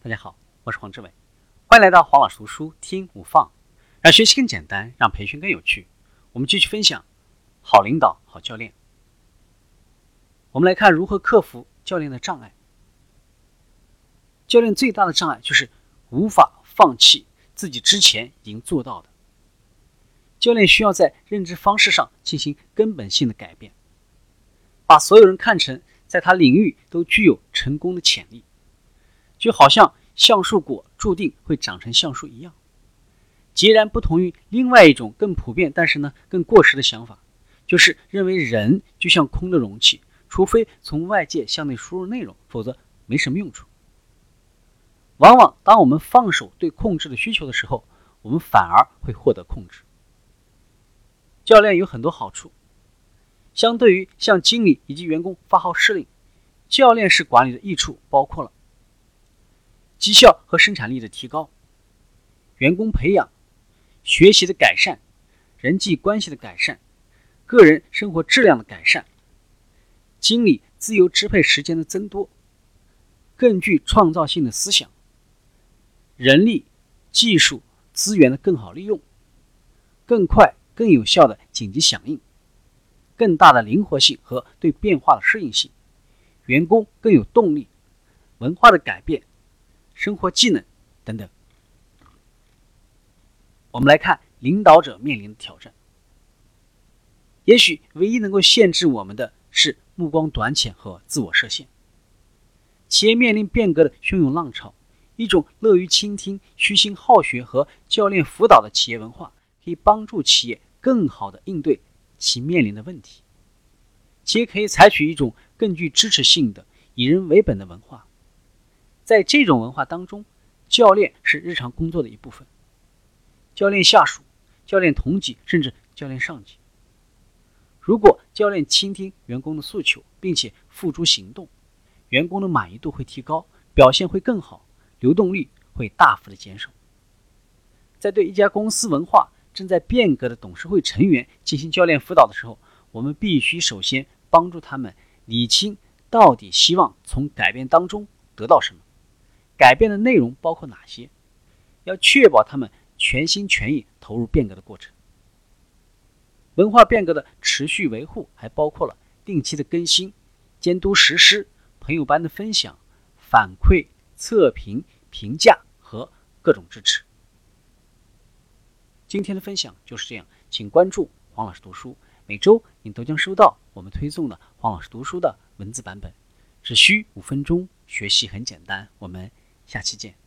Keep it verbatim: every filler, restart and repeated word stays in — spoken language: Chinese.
大家好，我是黄志伟，欢迎来到黄老师读书听无放，让学习更简单，让培训更有趣。我们继续分享好领导、好教练。我们来看如何克服教练的障碍。教练最大的障碍就是无法放弃自己之前已经做到的。教练需要在认知方式上进行根本性的改变，把所有人看成在他领域都具有成功的潜力，就好像橡树果注定会长成橡树一样。截然不同于另外一种更普遍但是呢更过时的想法，就是认为人就像空的容器，除非从外界向内输入内容，否则没什么用处。往往当我们放手对控制的需求的时候，我们反而会获得控制。教练有很多好处，相对于向经理以及员工发号施令，教练式管理的益处包括了绩效和生产力的提高，员工培养、学习的改善、人际关系的改善、个人生活质量的改善、经理自由支配时间的增多、更具创造性的思想、人力、技术、资源的更好利用、更快更有效的紧急响应、更大的灵活性和对变化的适应性，员工更有动力、文化的改变、生活技能等等。我们来看领导者面临的挑战。也许唯一能够限制我们的是目光短浅和自我设限。企业面临变革的汹涌浪潮，一种乐于倾听、虚心好学和教练辅导的企业文化，可以帮助企业更好地应对其面临的问题。企业可以采取一种更具支持性的以人为本的文化，在这种文化当中，教练是日常工作的一部分，教练下属、教练同级甚至教练上级。如果教练倾听员工的诉求并且付诸行动，员工的满意度会提高，表现会更好，流动率会大幅的减少。在对一家公司文化正在变革的董事会成员进行教练辅导的时候，我们必须首先帮助他们理清到底希望从改变当中得到什么，改变的内容包括哪些，要确保他们全心全意投入变革的过程。文化变革的持续维护还包括了定期的更新、监督实施、朋友班的分享、反馈、测评、评价和各种支持。今天的分享就是这样，请关注黄老师读书，每周你都将收到我们推送的黄老师读书的文字版本，只需五分钟，学习很简单。我们下期见。